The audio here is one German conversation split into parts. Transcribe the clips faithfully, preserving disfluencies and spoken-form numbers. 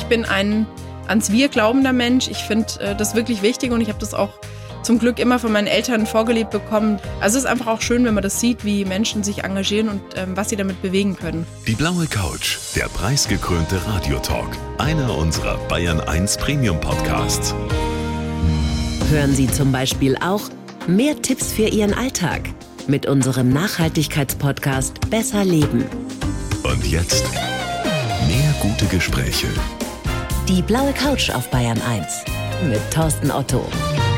bin ein ans Wir glaubender Mensch. Ich finde das wirklich wichtig und ich habe das auch zum Glück immer von meinen Eltern vorgelebt bekommen. Also es ist einfach auch schön, wenn man das sieht, wie Menschen sich engagieren und ähm, was sie damit bewegen können. Die blaue Couch, der preisgekrönte Radiotalk. Einer unserer Bayern eins Premium Podcasts. Hören Sie zum Beispiel auch mehr Tipps für Ihren Alltag mit unserem Nachhaltigkeitspodcast Besser Leben. Und jetzt mehr gute Gespräche. Die blaue Couch auf Bayern eins mit Thorsten Otto.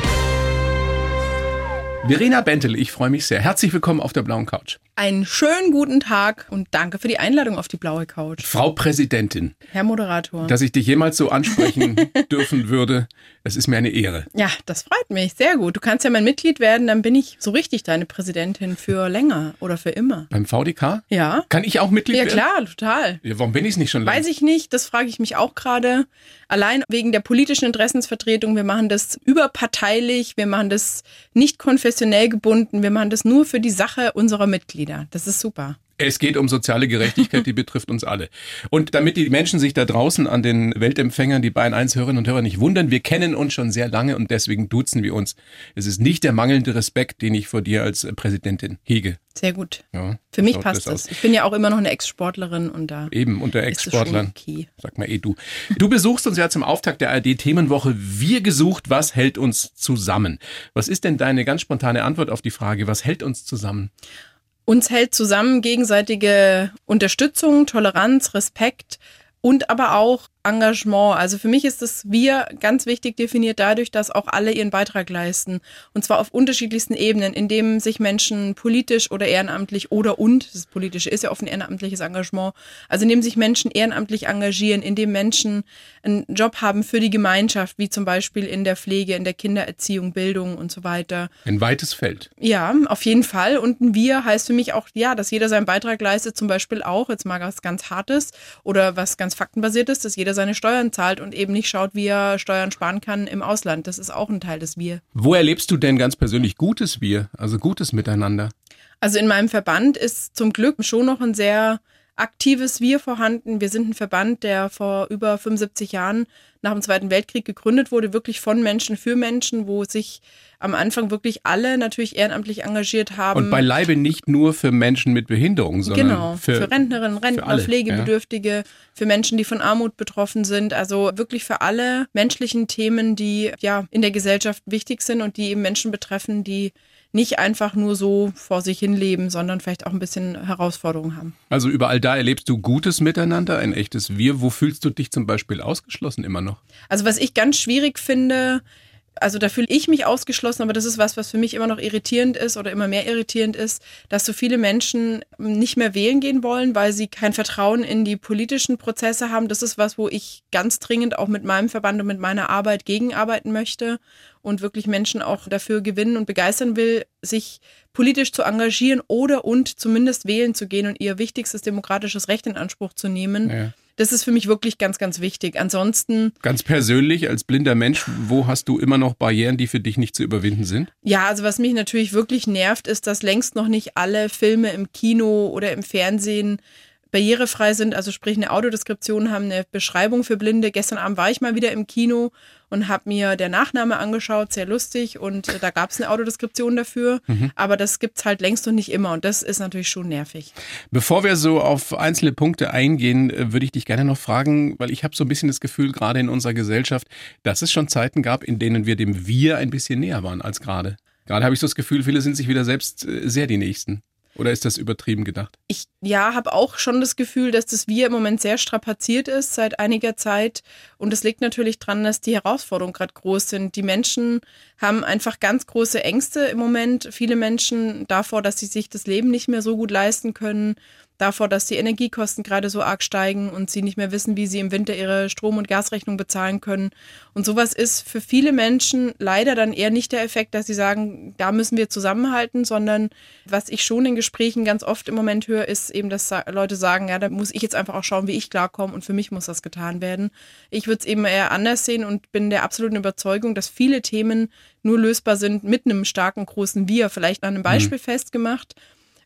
Verena Bentel, ich freue mich sehr. Herzlich willkommen auf der blauen Couch. Einen schönen guten Tag und danke für die Einladung auf die blaue Couch. Frau Präsidentin. Herr Moderator. Dass ich dich jemals so ansprechen dürfen würde, es ist mir eine Ehre. Ja, das freut mich. Sehr gut. Du kannst ja mein Mitglied werden, dann bin ich so richtig deine Präsidentin für länger oder für immer. Beim V D K? Ja. Kann ich auch Mitglied ja, werden? Ja, klar, total. Ja, warum bin ich es nicht schon lange? Weiß ich nicht, das frage ich mich auch gerade. Allein wegen der politischen Interessensvertretung. Wir machen das überparteilich, wir machen das nicht konfessionell gebunden, wir machen das nur für die Sache unserer Mitglieder. Das ist super. Es geht um soziale Gerechtigkeit, die betrifft uns alle. Und damit die Menschen sich da draußen an den Weltempfängern, die Bayern eins Hörerinnen und Hörer nicht wundern, wir kennen uns schon sehr lange und deswegen duzen wir uns. Es ist nicht der mangelnde Respekt, den ich vor dir als Präsidentin hege. Sehr gut. Ja, Für mich passt das. Ich bin ja auch immer noch eine Ex-Sportlerin und da eben unter Ex-Sportlern. Okay. Sag mal eh du. Du besuchst uns ja zum Auftakt der A R D-Themenwoche Wir gesucht, was hält uns zusammen? Was ist denn deine ganz spontane Antwort auf die Frage, was hält uns zusammen? Uns hält zusammen gegenseitige Unterstützung, Toleranz, Respekt und aber auch Engagement. Also für mich ist das Wir ganz wichtig definiert dadurch, dass auch alle ihren Beitrag leisten. Und zwar auf unterschiedlichsten Ebenen, indem sich Menschen politisch oder ehrenamtlich oder und, das Politische ist ja oft ein ehrenamtliches Engagement, also indem sich Menschen ehrenamtlich engagieren, indem Menschen einen Job haben für die Gemeinschaft, wie zum Beispiel in der Pflege, in der Kindererziehung, Bildung und so weiter. Ein weites Feld. Ja, auf jeden Fall. Und ein Wir heißt für mich auch, ja, dass jeder seinen Beitrag leistet, zum Beispiel auch, jetzt mal was ganz Hartes oder was ganz faktenbasiertes, dass jeder seine Steuern zahlt und eben nicht schaut, wie er Steuern sparen kann im Ausland. Das ist auch ein Teil des Wir. Wo erlebst du denn ganz persönlich gutes Wir, also gutes Miteinander? Also in meinem Verband ist zum Glück schon noch ein sehr aktives Wir vorhanden. Wir sind ein Verband, der vor über fünfundsiebzig Jahren nach dem Zweiten Weltkrieg gegründet wurde, wirklich von Menschen für Menschen, wo sich am Anfang wirklich alle natürlich ehrenamtlich engagiert haben. Und beileibe nicht nur für Menschen mit Behinderung, sondern genau, für, für Rentnerinnen, Rentner, für alle, Pflegebedürftige, ja. Für Menschen, die von Armut betroffen sind. Also wirklich für alle menschlichen Themen, die ja in der Gesellschaft wichtig sind und die eben Menschen betreffen, die nicht einfach nur so vor sich hin leben, sondern vielleicht auch ein bisschen Herausforderungen haben. Also überall da erlebst du gutes Miteinander, ein echtes Wir. Wo fühlst du dich zum Beispiel ausgeschlossen immer noch? Also was ich ganz schwierig finde, also da fühle ich mich ausgeschlossen, aber das ist was, was für mich immer noch irritierend ist oder immer mehr irritierend ist, dass so viele Menschen nicht mehr wählen gehen wollen, weil sie kein Vertrauen in die politischen Prozesse haben. Das ist was, wo ich ganz dringend auch mit meinem Verband und mit meiner Arbeit gegenarbeiten möchte und wirklich Menschen auch dafür gewinnen und begeistern will, sich politisch zu engagieren oder und zumindest wählen zu gehen und ihr wichtigstes demokratisches Recht in Anspruch zu nehmen. Ja. Das ist für mich wirklich ganz, ganz wichtig. Ansonsten... Ganz persönlich, als blinder Mensch, wo hast du immer noch Barrieren, die für dich nicht zu überwinden sind? Ja, also was mich natürlich wirklich nervt, ist, dass längst noch nicht alle Filme im Kino oder im Fernsehen barrierefrei sind, also sprich eine Audiodeskription haben, eine Beschreibung für Blinde. Gestern Abend war ich mal wieder im Kino und habe mir der Nachname angeschaut, sehr lustig und äh, da gab es eine Audiodeskription dafür, mhm. aber das gibt's halt längst noch nicht immer und das ist natürlich schon nervig. Bevor wir so auf einzelne Punkte eingehen, würde ich dich gerne noch fragen, weil ich habe so ein bisschen das Gefühl, gerade in unserer Gesellschaft, dass es schon Zeiten gab, in denen wir dem Wir ein bisschen näher waren als gerade. Gerade habe ich so das Gefühl, viele sind sich wieder selbst sehr die Nächsten. Oder ist das übertrieben gedacht? Ich ja, habe auch schon das Gefühl, dass das Wir im Moment sehr strapaziert ist seit einiger Zeit. Und es liegt natürlich dran, dass die Herausforderungen gerade groß sind. Die Menschen haben einfach ganz große Ängste im Moment. Viele Menschen davor, dass sie sich das Leben nicht mehr so gut leisten können. Davor, dass die Energiekosten gerade so arg steigen und sie nicht mehr wissen, wie sie im Winter ihre Strom- und Gasrechnung bezahlen können. Und sowas ist für viele Menschen leider dann eher nicht der Effekt, dass sie sagen, da müssen wir zusammenhalten, sondern was ich schon in Gesprächen ganz oft im Moment höre, ist eben, dass Leute sagen, ja, da muss ich jetzt einfach auch schauen, wie ich klarkomme und für mich muss das getan werden. Ich würde es eben eher anders sehen und bin der absoluten Überzeugung, dass viele Themen nur lösbar sind mit einem starken, großen Wir. Vielleicht an einem Beispiel mhm. festgemacht.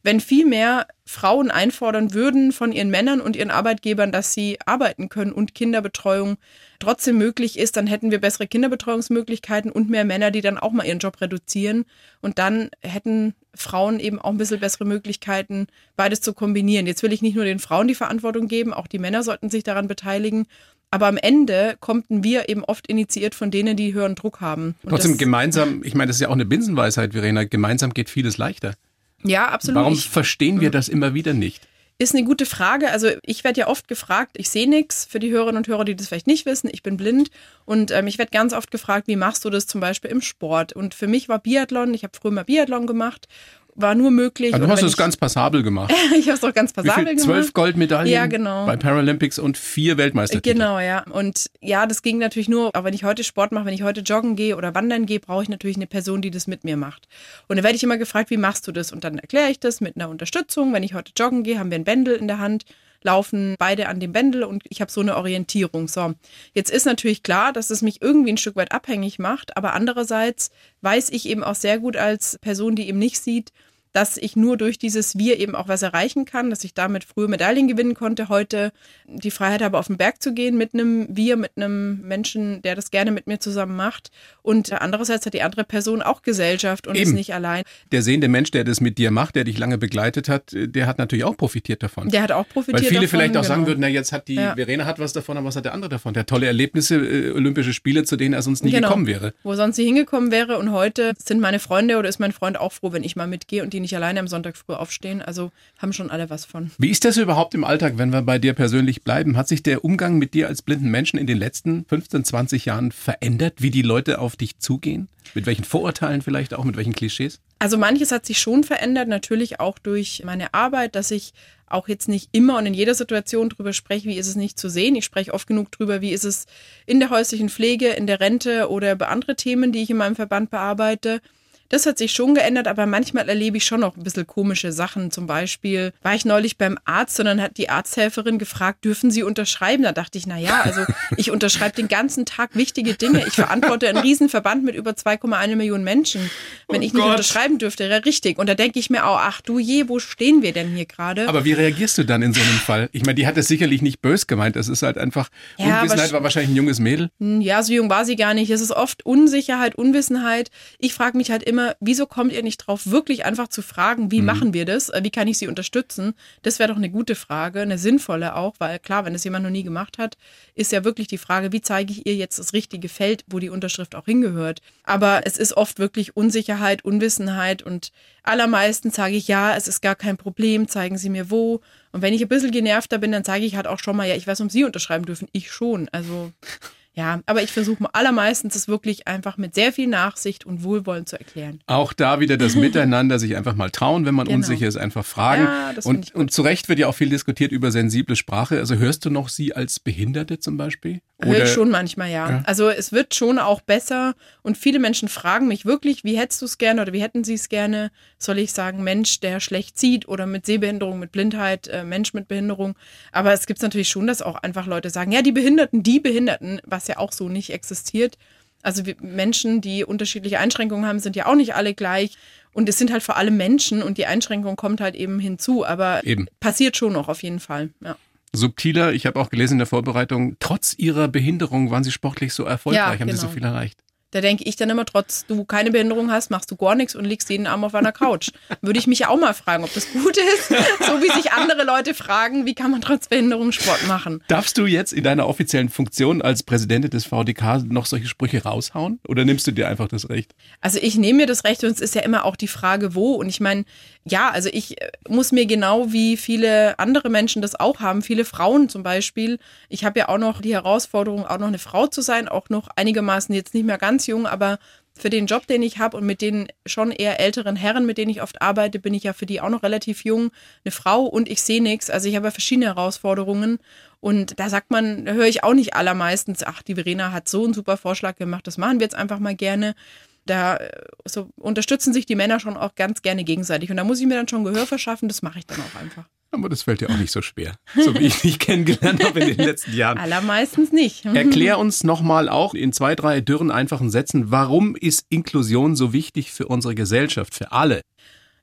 wenn viel mehr Frauen einfordern würden von ihren Männern und ihren Arbeitgebern, dass sie arbeiten können und Kinderbetreuung trotzdem möglich ist, dann hätten wir bessere Kinderbetreuungsmöglichkeiten und mehr Männer, die dann auch mal ihren Job reduzieren. Und dann hätten Frauen eben auch ein bisschen bessere Möglichkeiten, beides zu kombinieren. Jetzt will ich nicht nur den Frauen die Verantwortung geben, auch die Männer sollten sich daran beteiligen. Aber am Ende kommt ein Wir eben oft initiiert von denen, die höheren Druck haben. Und Trotzdem das, gemeinsam, ich meine, das ist ja auch eine Binsenweisheit, Verena, gemeinsam geht vieles leichter. Ja, absolut. Warum ich, verstehen wir das immer wieder nicht? Ist eine gute Frage. Also ich werde ja oft gefragt, ich sehe nichts, für die Hörerinnen und Hörer, die das vielleicht nicht wissen, ich bin blind und ähm, ich werde ganz oft gefragt, wie machst du das zum Beispiel im Sport? Und für mich war Biathlon, ich habe früher mal Biathlon gemacht, war nur möglich. Also du hast es ganz passabel gemacht. Ich habe es doch ganz passabel Wie viel? gemacht. Zwölf Goldmedaillen ja, genau. bei Paralympics und vier Weltmeistertitel. Genau, ja. Und ja, das ging natürlich nur, aber wenn ich heute Sport mache, wenn ich heute joggen gehe oder wandern gehe, brauche ich natürlich eine Person, die das mit mir macht. Und dann werde ich immer gefragt, wie machst du das? Und dann erkläre ich das mit einer Unterstützung. Wenn ich heute joggen gehe, haben wir ein Bändel in der Hand, laufen beide an dem Bändel und ich habe so eine Orientierung. So, jetzt ist natürlich klar, dass es mich irgendwie ein Stück weit abhängig macht, aber andererseits weiß ich eben auch sehr gut als Person, die eben nicht sieht, dass ich nur durch dieses Wir eben auch was erreichen kann, dass ich damit früher Medaillen gewinnen konnte, heute die Freiheit habe, auf den Berg zu gehen mit einem Wir, mit einem Menschen, der das gerne mit mir zusammen macht. Und andererseits hat die andere Person auch Gesellschaft und Eben. ist nicht allein. Der sehende Mensch, der das mit dir macht, der dich lange begleitet hat, der hat natürlich auch profitiert davon. Der hat auch profitiert davon. Weil viele davon, vielleicht auch genau. sagen würden, na jetzt hat die Ja. Verena hat was davon, aber was hat der andere davon? Der hat tolle Erlebnisse, äh, Olympische Spiele, zu denen er sonst nie Genau. gekommen wäre. Wo sonst nie hingekommen wäre. Und heute sind meine Freunde oder ist mein Freund auch froh, wenn ich mal mitgehe und die nicht alleine am Sonntag früh aufstehen. Also haben schon alle was von. Wie ist das überhaupt im Alltag, wenn wir bei dir persönlich bleiben? Hat sich der Umgang mit dir als blinden Menschen in den letzten fünfzehn, zwanzig Jahren verändert, wie die Leute auf dich zugehen? Mit welchen Vorurteilen vielleicht auch, mit welchen Klischees? Also manches hat sich schon verändert, natürlich auch durch meine Arbeit, dass ich auch jetzt nicht immer und in jeder Situation drüber spreche, wie ist es nicht zu sehen. Ich spreche oft genug drüber, wie ist es in der häuslichen Pflege, in der Rente oder bei anderen Themen, die ich in meinem Verband bearbeite. Das hat sich schon geändert, aber manchmal erlebe ich schon noch ein bisschen komische Sachen. Zum Beispiel war ich neulich beim Arzt und dann hat die Arzthelferin gefragt, dürfen Sie unterschreiben? Da dachte ich, na ja, also ich unterschreibe den ganzen Tag wichtige Dinge. Ich verantworte einen Riesenverband mit über zwei Komma eins Millionen Menschen. Wenn Oh ich nicht Gott. unterschreiben dürfte, wäre richtig. Und da denke ich mir auch, ach du je, wo stehen wir denn hier gerade? Aber wie reagierst du dann in so einem Fall? Ich meine, die hat es sicherlich nicht böse gemeint. Das ist halt einfach, Ja, Unwissenheit wahrsch- war wahrscheinlich ein junges Mädel. Ja, so jung war sie gar nicht. Es ist oft Unsicherheit, Unwissenheit. Ich frage mich halt immer, wieso kommt ihr nicht drauf, wirklich einfach zu fragen, wie mhm. machen wir das? Wie kann ich sie unterstützen? Das wäre doch eine gute Frage, eine sinnvolle auch, weil klar, wenn es jemand noch nie gemacht hat, ist ja wirklich die Frage, wie zeige ich ihr jetzt das richtige Feld, wo die Unterschrift auch hingehört? Aber es ist oft wirklich Unsicherheit, Unwissenheit und allermeistens sage ich, ja, es ist gar kein Problem, zeigen Sie mir wo. Und wenn ich ein bisschen genervter bin, dann sage ich halt auch schon mal, ja, ich weiß, ob Sie unterschreiben dürfen. Ich schon, also... Ja, aber ich versuche allermeistens es wirklich einfach mit sehr viel Nachsicht und Wohlwollen zu erklären. Auch da wieder das Miteinander, sich einfach mal trauen, wenn man Genau. unsicher ist, einfach fragen. Ja, das finde ich und, gut. und zu Recht wird ja auch viel diskutiert über sensible Sprache. Also hörst du noch sie als Behinderte zum Beispiel? Höre ich schon manchmal, ja. Ja. Also es wird schon auch besser und viele Menschen fragen mich wirklich, wie hättest du es gerne oder wie hätten sie es gerne? Soll ich sagen, Mensch, der schlecht sieht oder mit Sehbehinderung, mit Blindheit, äh, Mensch mit Behinderung. Aber es gibt natürlich schon, dass auch einfach Leute sagen, ja, die Behinderten, die Behinderten, was ja auch so nicht existiert. Also wir, Menschen, die unterschiedliche Einschränkungen haben, sind ja auch nicht alle gleich. Und es sind halt vor allem Menschen und die Einschränkung kommt halt eben hinzu. Aber Eben. passiert schon noch auf jeden Fall, ja. Subtiler, ich habe auch gelesen in der Vorbereitung, trotz ihrer Behinderung waren sie sportlich so erfolgreich, Ja, haben sie so genau. viel erreicht. Da denke ich dann immer, trotz du keine Behinderung hast, machst du gar nichts und liegst jeden Abend auf einer Couch. Würde ich mich ja auch mal fragen, ob das gut ist. So wie sich andere Leute fragen, wie kann man trotz Behinderung Sport machen? Darfst du jetzt in deiner offiziellen Funktion als Präsidentin des V D K noch solche Sprüche raushauen oder nimmst du dir einfach das Recht? Also ich nehme mir das Recht und es ist ja immer auch die Frage, wo. Und ich meine, ja, also ich äh, muss mir genau wie viele andere Menschen das auch haben, viele Frauen zum Beispiel. Ich habe ja auch noch die Herausforderung, auch noch eine Frau zu sein, auch noch einigermaßen jetzt nicht mehr ganz jung, aber für den Job, den ich habe und mit den schon eher älteren Herren, mit denen ich oft arbeite, bin ich ja für die auch noch relativ jung, eine Frau und ich sehe nichts. Also ich habe ja verschiedene Herausforderungen und da sagt man, da höre ich auch nicht allermeistens, ach, die Verena hat so einen super Vorschlag gemacht, das machen wir jetzt einfach mal gerne. Da so unterstützen sich die Männer schon auch ganz gerne gegenseitig und da muss ich mir dann schon Gehör verschaffen, das mache ich dann auch einfach. Aber das fällt dir auch nicht so schwer, so wie ich dich kennengelernt habe in den letzten Jahren. Allermeistens nicht. Erklär uns nochmal auch in zwei, drei dürren, einfachen Sätzen, warum ist Inklusion so wichtig für unsere Gesellschaft, für alle?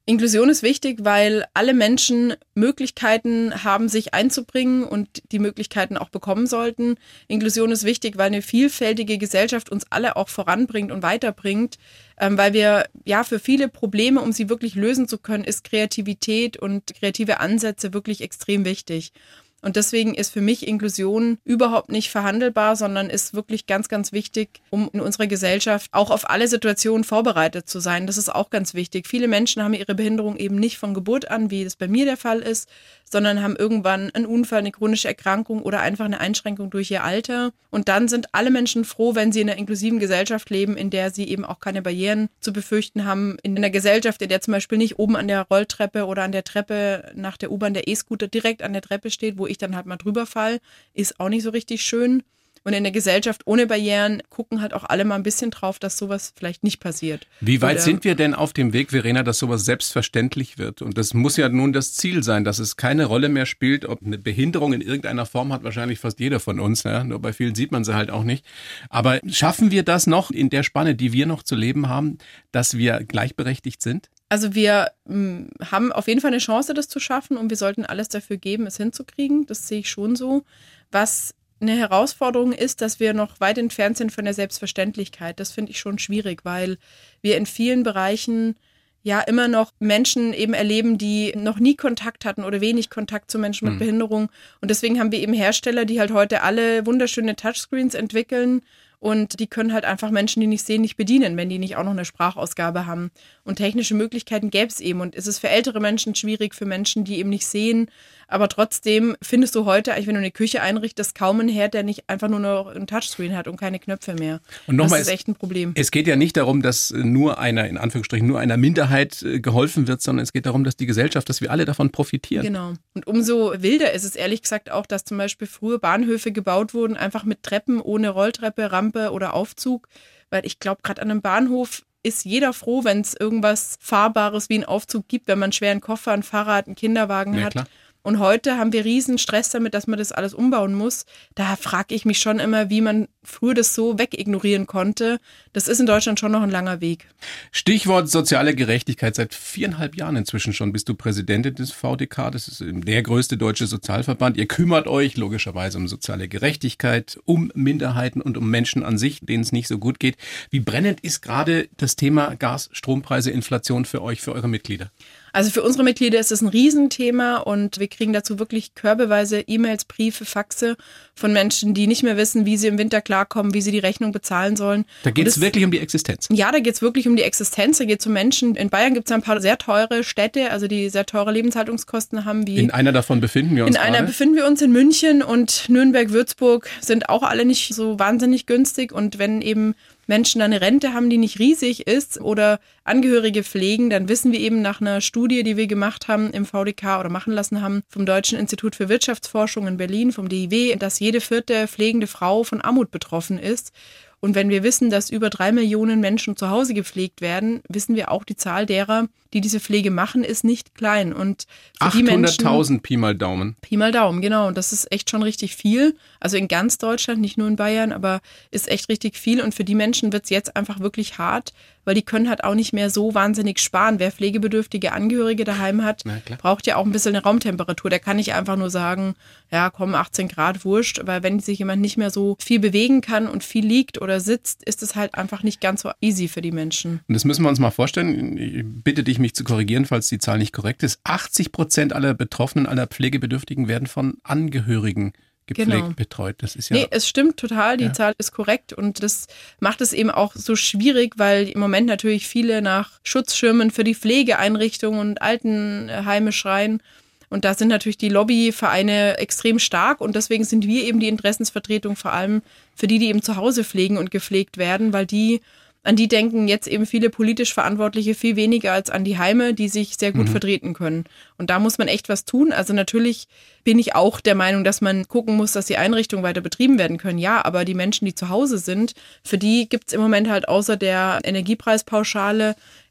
Inklusion ist wichtig, weil alle Menschen Möglichkeiten haben, sich einzubringen und die Möglichkeiten auch bekommen sollten. Inklusion ist wichtig, weil eine vielfältige Gesellschaft uns alle auch voranbringt und weiterbringt, ähm, weil wir ja für viele Probleme, um sie wirklich lösen zu können, ist Kreativität und kreative Ansätze wirklich extrem wichtig. Und deswegen ist für mich Inklusion überhaupt nicht verhandelbar, sondern ist wirklich ganz, ganz wichtig, um in unserer Gesellschaft auch auf alle Situationen vorbereitet zu sein. Das ist auch ganz wichtig. Viele Menschen haben ihre Behinderung eben nicht von Geburt an, wie das bei mir der Fall ist, sondern haben irgendwann einen Unfall, eine chronische Erkrankung oder einfach eine Einschränkung durch ihr Alter. Und dann sind alle Menschen froh, wenn sie in einer inklusiven Gesellschaft leben, in der sie eben auch keine Barrieren zu befürchten haben. In einer Gesellschaft, in der zum Beispiel nicht oben an der Rolltreppe oder an der Treppe nach der U-Bahn der E-Scooter direkt an der Treppe steht, wo ich dann halt mal drüber fall, ist auch nicht so richtig schön. Und in der Gesellschaft ohne Barrieren gucken halt auch alle mal ein bisschen drauf, dass sowas vielleicht nicht passiert. Wie weit Oder sind wir denn auf dem Weg, Verena, dass sowas selbstverständlich wird? Und das muss ja nun das Ziel sein, dass es keine Rolle mehr spielt, ob eine Behinderung in irgendeiner Form hat wahrscheinlich fast jeder von uns. Ja? Nur bei vielen sieht man sie halt auch nicht. Aber schaffen wir das noch in der Spanne, die wir noch zu leben haben, dass wir gleichberechtigt sind? Also wir mh, haben auf jeden Fall eine Chance, das zu schaffen und wir sollten alles dafür geben, es hinzukriegen. Das sehe ich schon so. Was eine Herausforderung ist, dass wir noch weit entfernt sind von der Selbstverständlichkeit. Das finde ich schon schwierig, weil wir in vielen Bereichen ja immer noch Menschen eben erleben, die noch nie Kontakt hatten oder wenig Kontakt zu Menschen mit mhm. Behinderung. Und deswegen haben wir eben Hersteller, die halt heute alle wunderschöne Touchscreens entwickeln. Und die können halt einfach Menschen, die nicht sehen, nicht bedienen, wenn die nicht auch noch eine Sprachausgabe haben. Und technische Möglichkeiten gäbe es eben. Und es ist für ältere Menschen schwierig, für Menschen, die eben nicht sehen. Aber trotzdem findest du heute, eigentlich, wenn du eine Küche einrichtest, kaum einen Herd, der nicht einfach nur noch ein Touchscreen hat und keine Knöpfe mehr. Und nochmal, das ist echt ein Problem. Es geht ja nicht darum, dass nur einer, in Anführungsstrichen, nur einer Minderheit geholfen wird, sondern es geht darum, dass die Gesellschaft, dass wir alle davon profitieren. Genau. Und umso wilder ist es ehrlich gesagt auch, dass zum Beispiel früher Bahnhöfe gebaut wurden, einfach mit Treppen, ohne Rolltreppe, Rampe oder Aufzug. Weil ich glaube, gerade an einem Bahnhof ist jeder froh, wenn es irgendwas Fahrbares wie einen Aufzug gibt, wenn man einen schweren Koffer, ein Fahrrad, einen Kinderwagen Ja, hat. klar. Und heute haben wir riesen Stress damit, dass man das alles umbauen muss. Da frage ich mich schon immer, wie man früher das so wegignorieren konnte. Das ist in Deutschland schon noch ein langer Weg. Stichwort soziale Gerechtigkeit. Seit viereinhalb Jahren inzwischen schon bist du Präsidentin des V D K. Das ist der größte deutsche Sozialverband. Ihr kümmert euch logischerweise um soziale Gerechtigkeit, um Minderheiten und um Menschen an sich, denen es nicht so gut geht. Wie brennend ist gerade das Thema Gas, Strompreise, Inflation für euch, für eure Mitglieder? Also für unsere Mitglieder ist es ein Riesenthema und wir kriegen dazu wirklich körbeweise E-Mails, Briefe, Faxe von Menschen, die nicht mehr wissen, wie sie im Winter klarkommen, wie sie die Rechnung bezahlen sollen. Da geht es wirklich um die Existenz. Ja, da geht es wirklich um die Existenz. Da geht es um Menschen. In Bayern gibt es ein paar sehr teure Städte, also die sehr teure Lebenshaltungskosten haben. Wie in einer davon befinden wir uns In einer gerade. befinden wir uns in München und Nürnberg, Würzburg sind auch alle nicht so wahnsinnig günstig. Und wenn eben Menschen eine Rente haben, die nicht riesig ist oder Angehörige pflegen, dann wissen wir eben nach einer Studie, die wir gemacht haben im V D K oder machen lassen haben vom Deutschen Institut für Wirtschaftsforschung in Berlin, vom D I W, dass jede vierte pflegende Frau von Armut betroffen ist. Und wenn wir wissen, dass über drei Millionen Menschen zu Hause gepflegt werden, wissen wir auch, die Zahl derer, die diese Pflege machen, ist nicht klein. Und für die Menschen achthunderttausend Pi mal Daumen. Pi mal Daumen, genau. Und das ist echt schon richtig viel. Also in ganz Deutschland, nicht nur in Bayern, aber ist echt richtig viel. Und für die Menschen wird es jetzt einfach wirklich hart, weil die können halt auch nicht mehr so wahnsinnig sparen. Wer pflegebedürftige Angehörige daheim hat, braucht ja auch ein bisschen eine Raumtemperatur. Der kann nicht einfach nur sagen, ja komm, achtzehn Grad, wurscht. Weil wenn sich jemand nicht mehr so viel bewegen kann und viel liegt oder sitzt, ist es halt einfach nicht ganz so easy für die Menschen. Und das müssen wir uns mal vorstellen. Ich bitte dich, mich zu korrigieren, falls die Zahl nicht korrekt ist. achtzig Prozent aller Betroffenen, aller Pflegebedürftigen werden von Angehörigen gepflegt, genau. betreut. Das ist ja. Nee, es stimmt total, die ja. Zahl ist korrekt und das macht es eben auch so schwierig, weil im Moment natürlich viele nach Schutzschirmen für die Pflegeeinrichtungen und Altenheime schreien. Und da sind natürlich die Lobbyvereine extrem stark und deswegen sind wir eben die Interessensvertretung vor allem für die, die eben zu Hause pflegen und gepflegt werden, weil die an die denken jetzt eben viele politisch Verantwortliche viel weniger als an die Heime, die sich sehr gut mhm. vertreten können. Und da muss man echt was tun. Also natürlich bin ich auch der Meinung, dass man gucken muss, dass die Einrichtungen weiter betrieben werden können. Ja, aber die Menschen, die zu Hause sind, für die gibt es im Moment halt außer der Energiepreispauschale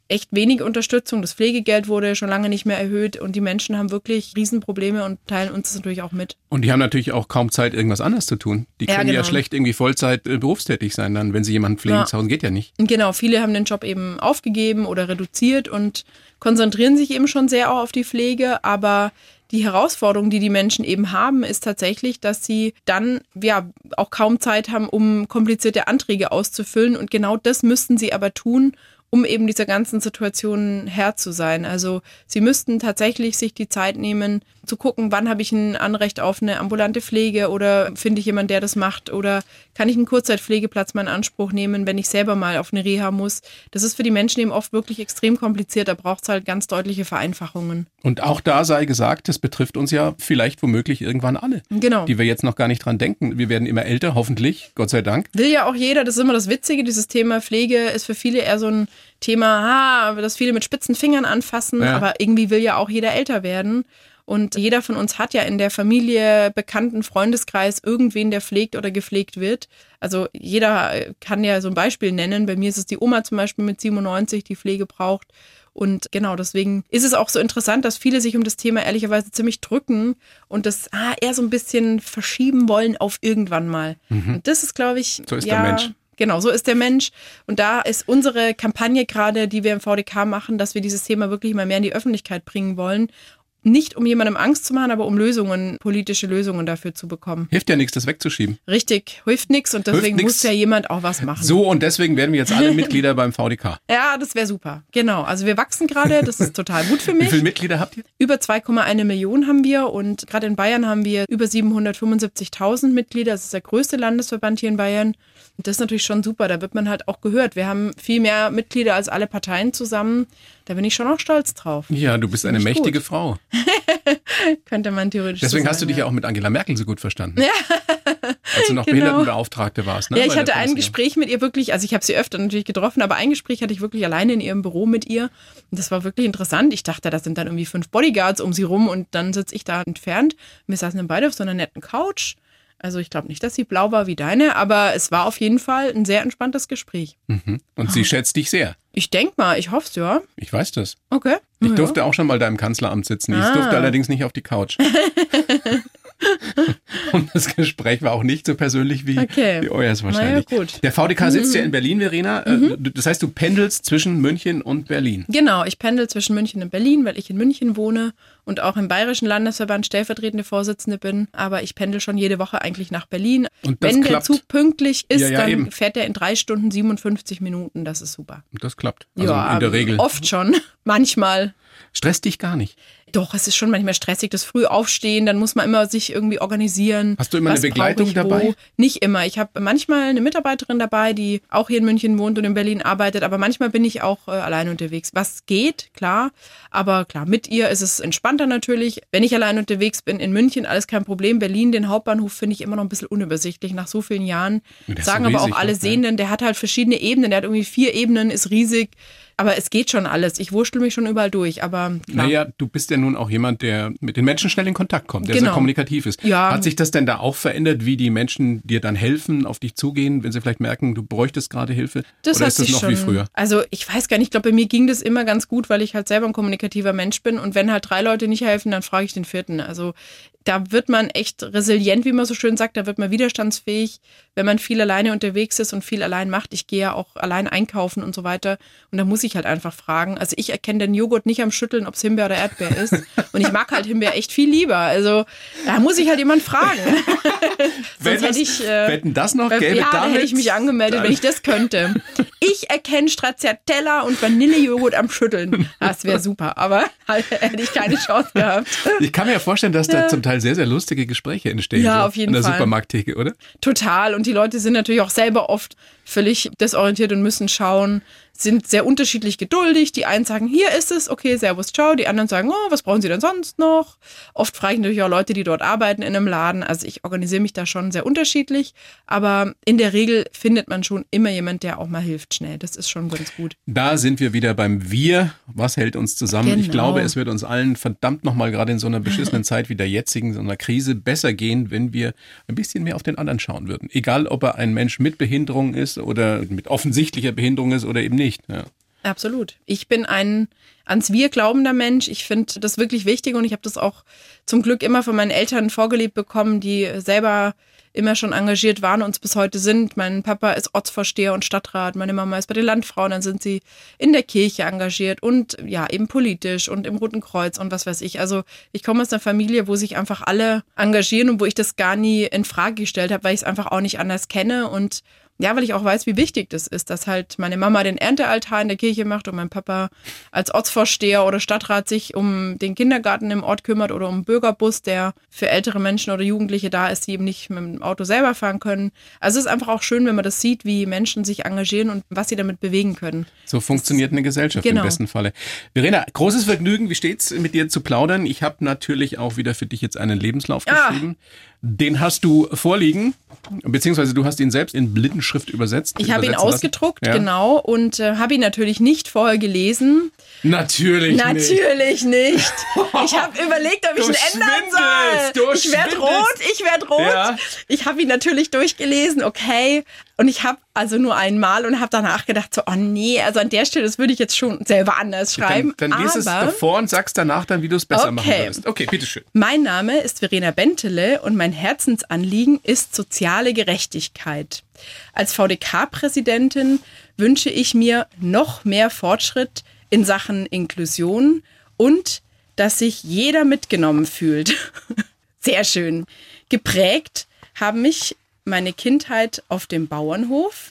echt wenig Unterstützung. Das Pflegegeld wurde schon lange nicht mehr erhöht und die Menschen haben wirklich Riesenprobleme und teilen uns das natürlich auch mit. Und die haben natürlich auch kaum Zeit, irgendwas anderes zu tun. Die können ja, genau. ja schlecht irgendwie Vollzeit äh, berufstätig sein, dann, wenn sie jemanden pflegen ja. zu Hause, geht ja nicht. Genau, viele haben den Job eben aufgegeben oder reduziert und konzentrieren sich eben schon sehr auch auf die Pflege, aber die Herausforderung, die die Menschen eben haben, ist tatsächlich, dass sie dann ja auch kaum Zeit haben, um komplizierte Anträge auszufüllen und genau das müssten sie aber tun, um eben dieser ganzen Situation Herr zu sein. Also sie müssten tatsächlich sich die Zeit nehmen, zu gucken, wann habe ich ein Anrecht auf eine ambulante Pflege oder finde ich jemanden, der das macht oder kann ich einen Kurzzeitpflegeplatz mal in Anspruch nehmen, wenn ich selber mal auf eine Reha muss. Das ist für die Menschen eben oft wirklich extrem kompliziert, da braucht es halt ganz deutliche Vereinfachungen. Und auch da sei gesagt, das betrifft uns ja vielleicht womöglich irgendwann alle, genau. die wir jetzt noch gar nicht dran denken. Wir werden immer älter, hoffentlich, Gott sei Dank. Will ja auch jeder, das ist immer das Witzige, dieses Thema Pflege ist für viele eher so ein Thema, ah, das viele mit spitzen Fingern anfassen, ja. aber irgendwie will ja auch jeder älter werden. Und jeder von uns hat ja in der Familie, Bekannten, Freundeskreis irgendwen, der pflegt oder gepflegt wird. Also jeder kann ja so ein Beispiel nennen. Bei mir ist es die Oma zum Beispiel mit siebenundneunzig, die Pflege braucht. Und genau deswegen ist es auch so interessant, dass viele sich um das Thema ehrlicherweise ziemlich drücken und das ah, eher so ein bisschen verschieben wollen auf irgendwann mal. Mhm. Und das ist, glaube ich, so ist ja, der Mensch. Genau, so ist der Mensch. Und da ist unsere Kampagne gerade, die wir im V D K machen, dass wir dieses Thema wirklich mal mehr in die Öffentlichkeit bringen wollen. Nicht um jemandem Angst zu machen, aber um Lösungen, politische Lösungen dafür zu bekommen. Hilft ja nichts, das wegzuschieben. Richtig, hilft nichts und deswegen nix. muss ja jemand auch was machen. So, und deswegen werden wir jetzt alle Mitglieder beim V D K. Ja, das wäre super. Genau, also wir wachsen gerade, das ist total gut für mich. Wie viele Mitglieder habt ihr? Über zwei Komma eins Millionen haben wir und gerade in Bayern haben wir über siebenhundertfünfundsiebzigtausend Mitglieder. Das ist der größte Landesverband hier in Bayern. Und das ist natürlich schon super, da wird man halt auch gehört. Wir haben viel mehr Mitglieder als alle Parteien zusammen. Da bin ich schon auch stolz drauf. Ja, du bist eine mächtige gut. Frau. Könnte man theoretisch Deswegen so hast sagen, du dich ja auch mit Angela Merkel so gut verstanden. Ja. Als du noch genau. Behindertenbeauftragte warst. Ne? Ja, ich hatte ein Gespräch mit ihr wirklich, also ich habe sie öfter natürlich getroffen, aber ein Gespräch hatte ich wirklich alleine in ihrem Büro mit ihr. Und das war wirklich interessant. Ich dachte, da sind dann irgendwie fünf Bodyguards um sie rum und dann sitze ich da entfernt. Wir saßen dann beide auf so einer netten Couch. Also ich glaube nicht, dass sie blau war wie deine, aber es war auf jeden Fall ein sehr entspanntes Gespräch. Mhm. Und sie schätzt dich sehr. Ich denke mal, ich hoffe es, ja. Ich weiß das. Okay. Ich ja. durfte auch schon mal da im Kanzleramt sitzen. Ich ah. durfte allerdings nicht auf die Couch. Und das Gespräch war auch nicht so persönlich wie, okay. wie euers wahrscheinlich. Na ja, gut. Der V D K sitzt mhm. ja in Berlin, Verena. Mhm. Das heißt, du pendelst zwischen München und Berlin. Genau, ich pendel zwischen München und Berlin, weil ich in München wohne und auch im Bayerischen Landesverband stellvertretende Vorsitzende bin. Aber ich pendel schon jede Woche eigentlich nach Berlin. Und das Wenn klappt. der Zug pünktlich ist, ja, ja, dann eben. fährt er in drei Stunden siebenundfünfzig Minuten. Das ist super. Und das klappt. Also ja, in der Regel. Oft schon, manchmal. Stresst dich gar nicht. Doch, es ist schon manchmal stressig, das früh aufstehen, dann muss man immer sich irgendwie organisieren. Hast du immer Was eine Begleitung ich dabei? Wo? Nicht immer. Ich habe manchmal eine Mitarbeiterin dabei, die auch hier in München wohnt und in Berlin arbeitet, aber manchmal bin ich auch äh, allein unterwegs. Was geht, klar, aber klar, mit ihr ist es entspannter natürlich. Wenn ich allein unterwegs bin in München, alles kein Problem. Berlin, den Hauptbahnhof, finde ich immer noch ein bisschen unübersichtlich nach so vielen Jahren. Sagen so riesig, aber auch alle Sehenden, der hat halt verschiedene Ebenen, der hat irgendwie vier Ebenen, ist riesig. Aber es geht schon alles. Ich wurschtel mich schon überall durch. Aber klar. Naja, du bist ja nun auch jemand, der mit den Menschen schnell in Kontakt kommt, der genau. sehr kommunikativ ist. Ja. Hat sich das denn da auch verändert, wie die Menschen dir dann helfen, auf dich zugehen, wenn sie vielleicht merken, du bräuchtest gerade Hilfe? Das Oder hat ist das sich noch schon, wie früher? Also ich weiß gar nicht, ich glaube, bei mir ging das immer ganz gut, weil ich halt selber ein kommunikativer Mensch bin. Und wenn halt drei Leute nicht helfen, dann frage ich den vierten. Also da wird man echt resilient, wie man so schön sagt, da wird man widerstandsfähig, wenn man viel alleine unterwegs ist und viel allein macht. Ich gehe ja auch allein einkaufen und so weiter und da muss ich halt einfach fragen. Also ich erkenne den Joghurt nicht am Schütteln, ob es Himbeer oder Erdbeer ist und ich mag halt Himbeer echt viel lieber. Also da muss ich halt jemand fragen. Wenn Sonst hätte ich, äh, wenn das noch gäbe, ja, da hätte ich mich angemeldet, wenn ich das könnte. Ich erkenne Stracciatella und Vanillejoghurt am Schütteln. Das wäre super, aber halt, hätte ich keine Chance gehabt. Ich kann mir ja vorstellen, dass da zum Teil sehr, sehr lustige Gespräche entstehen. Ja, so auf jeden an der Fall. Supermarkttheke, oder? Total. Und die Leute sind natürlich auch selber oft völlig desorientiert und müssen schauen, sind sehr unterschiedlich geduldig. Die einen sagen, hier ist es, okay, servus, ciao. Die anderen sagen, oh, was brauchen Sie denn sonst noch? Oft frage ich natürlich auch Leute, die dort arbeiten in einem Laden. Also ich organisiere mich da schon sehr unterschiedlich. Aber in der Regel findet man schon immer jemand, der auch mal hilft schnell. Das ist schon ganz gut. Da sind wir wieder beim Wir. Was hält uns zusammen? Genau. Ich glaube, es wird uns allen verdammt nochmal gerade in so einer beschissenen Zeit wie der jetzigen, so einer Krise besser gehen, wenn wir ein bisschen mehr auf den anderen schauen würden. Egal, ob er ein Mensch mit Behinderung ist oder mit offensichtlicher Behinderung ist oder eben nicht. Ja. Absolut. Ich bin ein ans Wir glaubender Mensch. Ich finde das wirklich wichtig und ich habe das auch zum Glück immer von meinen Eltern vorgelebt bekommen, die selber immer schon engagiert waren und es bis heute sind. Mein Papa ist Ortsvorsteher und Stadtrat, meine Mama ist bei den Landfrauen, dann sind sie in der Kirche engagiert und ja, eben politisch und im Roten Kreuz und was weiß ich. Also ich komme aus einer Familie, wo sich einfach alle engagieren und wo ich das gar nie in Frage gestellt habe, weil ich es einfach auch nicht anders kenne und ja, weil ich auch weiß, wie wichtig das ist, dass halt meine Mama den Erntealtar in der Kirche macht und mein Papa als Ortsvorsteher oder Stadtrat sich um den Kindergarten im Ort kümmert oder um einen Bürgerbus, der für ältere Menschen oder Jugendliche da ist, die eben nicht mit dem Auto selber fahren können. Also es ist einfach auch schön, wenn man das sieht, wie Menschen sich engagieren und was sie damit bewegen können. So funktioniert eine Gesellschaft genau. im besten Falle. Verena, großes Vergnügen, wie steht's, mit dir zu plaudern? Ich habe natürlich auch wieder für dich jetzt einen Lebenslauf Ah. geschrieben. Den hast du vorliegen, beziehungsweise du hast ihn selbst in Blindenschrift übersetzt. Ich habe ihn ausgedruckt, ja. genau, und äh, habe ihn natürlich nicht vorher gelesen. Natürlich, Natürlich nicht. nicht. Ich habe überlegt, ob ich Du ihn ändern soll. Du Ich werde schwindelst. rot, ich werde rot. Ja. Ich habe ihn natürlich durchgelesen, okay. Und ich habe also nur einmal und habe danach gedacht, so, oh nee, also an der Stelle, das würde ich jetzt schon selber anders schreiben. Dann, dann lies es Aber davor und sagst danach dann, wie du es besser Okay. machen würdest. Okay, bitteschön. mein Name ist Verena Bentele und mein Herzensanliegen ist soziale Gerechtigkeit. Als V D K-Präsidentin wünsche ich mir noch mehr Fortschritt in Sachen Inklusion und dass sich jeder mitgenommen fühlt. Sehr schön. Geprägt haben mich meine Kindheit auf dem Bauernhof.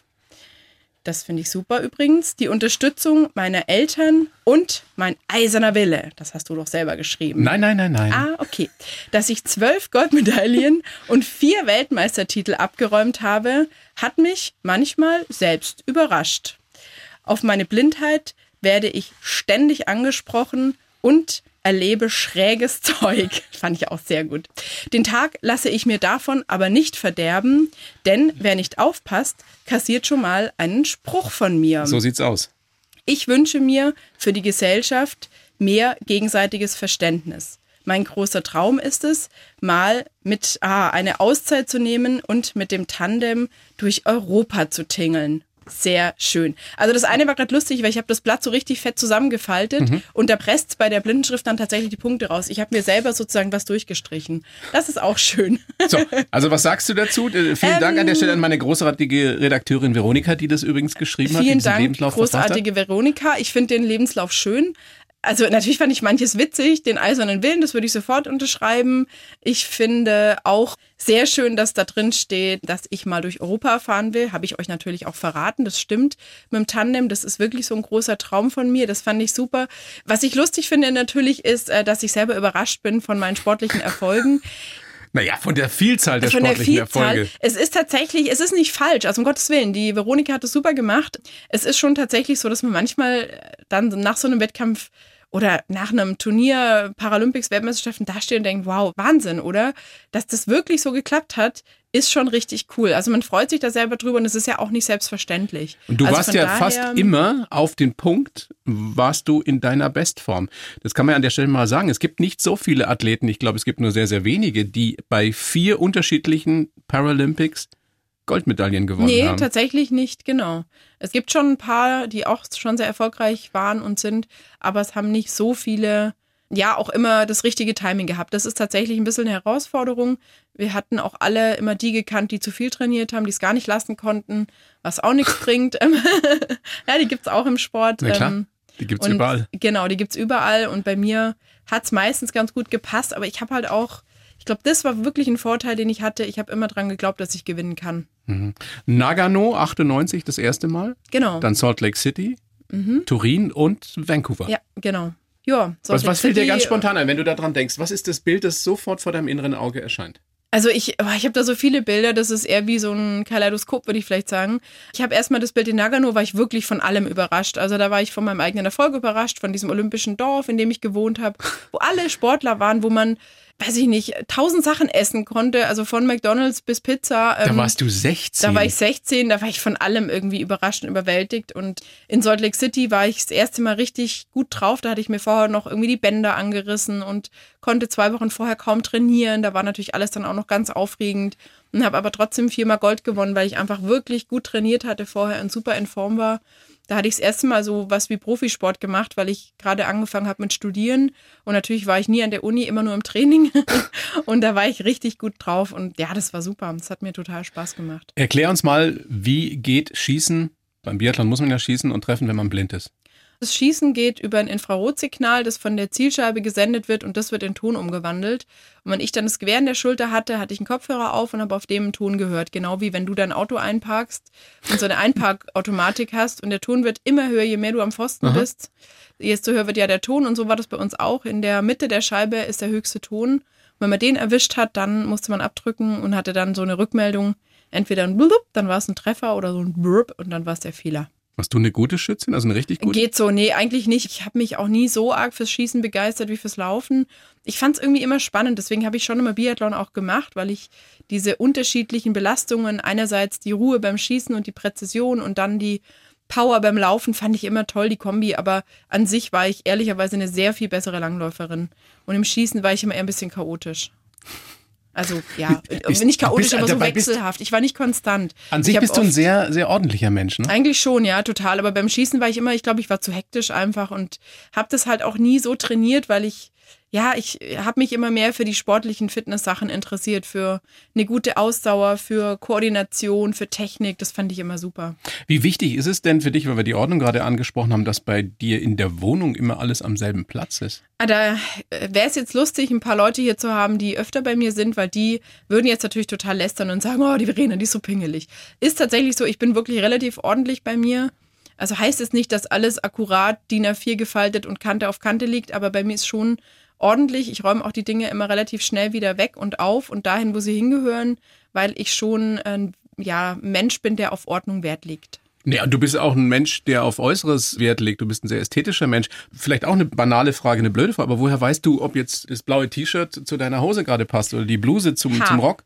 Das finde ich super übrigens. Die Unterstützung meiner Eltern und mein eiserner Wille. Das hast du doch selber geschrieben. Nein, nein, nein, nein. Ah, okay. Dass ich zwölf Goldmedaillen und vier Weltmeistertitel abgeräumt habe, hat mich manchmal selbst überrascht. Auf meine Blindheit werde ich ständig angesprochen und erlebe schräges Zeug. Fand ich auch sehr gut. Den Tag lasse ich mir davon aber nicht verderben, denn wer nicht aufpasst, kassiert schon mal einen Spruch von mir. So sieht's aus. Ich wünsche mir für die Gesellschaft mehr gegenseitiges Verständnis. Mein großer Traum ist es, mal mit ah, eine Auszeit zu nehmen und mit dem Tandem durch Europa zu tingeln. Sehr schön. Also das eine war gerade lustig, weil ich habe das Blatt so richtig fett zusammengefaltet mhm. und da presst bei der Blindenschrift dann tatsächlich die Punkte raus. Ich habe mir selber sozusagen was durchgestrichen. Das ist auch schön. So, also was sagst du dazu? Äh, vielen ähm, Dank an der Stelle an meine großartige Redakteurin Veronika, die das übrigens geschrieben hat. Vielen die diesen Dank, Lebenslauf großartige Veronika. Ich finde den Lebenslauf schön. Also natürlich fand ich manches witzig, den eisernen Willen, das würde ich sofort unterschreiben. Ich finde auch sehr schön, dass da drin steht, dass ich mal durch Europa fahren will. Habe ich euch natürlich auch verraten, das stimmt mit dem Tandem. Das ist wirklich so ein großer Traum von mir, das fand ich super. Was ich lustig finde natürlich ist, dass ich selber überrascht bin von meinen sportlichen Erfolgen. Naja, von der Vielzahl der von der sportlichen Vielzahl. Erfolge. Es ist tatsächlich, es ist nicht falsch, also um Gottes Willen, die Veronika hat es super gemacht. Es ist schon tatsächlich so, dass man manchmal dann nach so einem Wettkampf oder nach einem Turnier, Paralympics, Weltmeisterschaften dasteht und denkt, wow, Wahnsinn, oder? Dass das wirklich so geklappt hat, ist schon richtig cool. Also man freut sich da selber drüber und es ist ja auch nicht selbstverständlich. Und du also warst ja daher, fast immer auf den Punkt, warst du in deiner Bestform. Das kann man ja an der Stelle mal sagen. Es gibt nicht so viele Athleten, ich glaube, es gibt nur sehr, sehr wenige, die bei vier unterschiedlichen Paralympics Goldmedaillen gewonnen nee, haben. Nee, tatsächlich nicht, genau. Es gibt schon ein paar, die auch schon sehr erfolgreich waren und sind, aber es haben nicht so viele, ja, auch immer das richtige Timing gehabt. Das ist tatsächlich ein bisschen eine Herausforderung. Wir hatten auch alle immer die gekannt, die zu viel trainiert haben, die es gar nicht lassen konnten, was auch nichts bringt. Ja, die gibt's auch im Sport. Na klar, die gibt's und, überall. Genau, die gibt's überall und bei mir hat's meistens ganz gut gepasst, aber ich habe halt auch Ich glaube, das war wirklich ein Vorteil, den ich hatte. Ich habe immer dran geglaubt, dass ich gewinnen kann. Mhm. Nagano, achtundneunzig, das erste Mal. Genau. Dann Salt Lake City, mhm. Turin und Vancouver. Ja, genau. Ja, was was fällt dir ganz spontan ein, wenn du da dran denkst? Was ist das Bild, das sofort vor deinem inneren Auge erscheint? Also ich, ich habe da so viele Bilder, das ist eher wie so ein Kaleidoskop, würde ich vielleicht sagen. Ich habe erstmal das Bild in Nagano, war ich wirklich von allem überrascht. Also da war ich von meinem eigenen Erfolg überrascht, von diesem olympischen Dorf, in dem ich gewohnt habe, wo alle Sportler waren, wo man, weiß ich nicht, tausend Sachen essen konnte, also von McDonald's bis Pizza. Da warst du sechzehn. Da war ich sechzehn, da war ich von allem irgendwie überrascht und überwältigt. Und in Salt Lake City war ich das erste Mal richtig gut drauf. Da hatte ich mir vorher noch irgendwie die Bänder angerissen und konnte zwei Wochen vorher kaum trainieren. Da war natürlich alles dann auch noch ganz aufregend. und habe aber trotzdem viermal Gold gewonnen, weil ich einfach wirklich gut trainiert hatte vorher und super in Form war. Da hatte ich das erste Mal so was wie Profisport gemacht, weil ich gerade angefangen habe mit Studieren und natürlich war ich nie an der Uni, immer nur im Training und da war ich richtig gut drauf und ja, das war super. Das hat mir total Spaß gemacht. Erklär uns mal, wie geht Schießen? Beim Biathlon muss man ja schießen und treffen, wenn man blind ist. Das Schießen geht über ein Infrarotsignal, das von der Zielscheibe gesendet wird und das wird in Ton umgewandelt. Und wenn ich dann das Gewehr in der Schulter hatte, hatte ich einen Kopfhörer auf und habe auf dem einen Ton gehört. Genau wie wenn du dein Auto einparkst und so eine Einparkautomatik hast und der Ton wird immer höher, je mehr du am Pfosten Aha. bist. Desto höher wird ja der Ton und so war das bei uns auch. In der Mitte der Scheibe ist der höchste Ton. Und wenn man den erwischt hat, dann musste man abdrücken und hatte dann so eine Rückmeldung. Entweder ein Blub, dann war es ein Treffer oder so ein Blub und dann war es der Fehler. Warst du eine gute Schützin, also eine richtig gute? Geht so, nee, eigentlich nicht. Ich habe mich auch nie so arg fürs Schießen begeistert wie fürs Laufen. Ich fand es irgendwie immer spannend, deswegen habe ich schon immer Biathlon auch gemacht, weil ich diese unterschiedlichen Belastungen, einerseits die Ruhe beim Schießen und die Präzision und dann die Power beim Laufen, fand ich immer toll, die Kombi. Aber an sich war ich ehrlicherweise eine sehr viel bessere Langläuferin. Und im Schießen war ich immer eher ein bisschen chaotisch. Also ja, bist, nicht chaotisch, bist, aber so wechselhaft. Ich war nicht konstant. An sich bist du ein sehr, sehr ordentlicher Mensch, ne? Eigentlich schon, ja, total. Aber beim Schießen war ich immer, ich glaube, ich war zu hektisch einfach und habe das halt auch nie so trainiert, weil ich, ja, ich habe mich immer mehr für die sportlichen Fitness-Sachen interessiert, für eine gute Ausdauer, für Koordination, für Technik. Das fand ich immer super. Wie wichtig ist es denn für dich, weil wir die Ordnung gerade angesprochen haben, dass bei dir in der Wohnung immer alles am selben Platz ist? Ah, da wäre es jetzt lustig, ein paar Leute hier zu haben, die öfter bei mir sind, weil die würden jetzt natürlich total lästern und sagen, oh, die Verena, die ist so pingelig. Ist tatsächlich so, ich bin wirklich relativ ordentlich bei mir. Also heißt es nicht, dass alles akkurat D I N A vier gefaltet und Kante auf Kante liegt, aber bei mir ist schon ordentlich. Ich räume auch die Dinge immer relativ schnell wieder weg und auf und dahin, wo sie hingehören, weil ich schon ein ja, Mensch bin, der auf Ordnung Wert legt. Ja, und du bist auch ein Mensch, der auf Äußeres Wert legt. Du bist ein sehr ästhetischer Mensch. Vielleicht auch eine banale Frage, eine blöde Frage, aber woher weißt du, ob jetzt das blaue T-Shirt zu deiner Hose gerade passt oder die Bluse zum, zum Rock?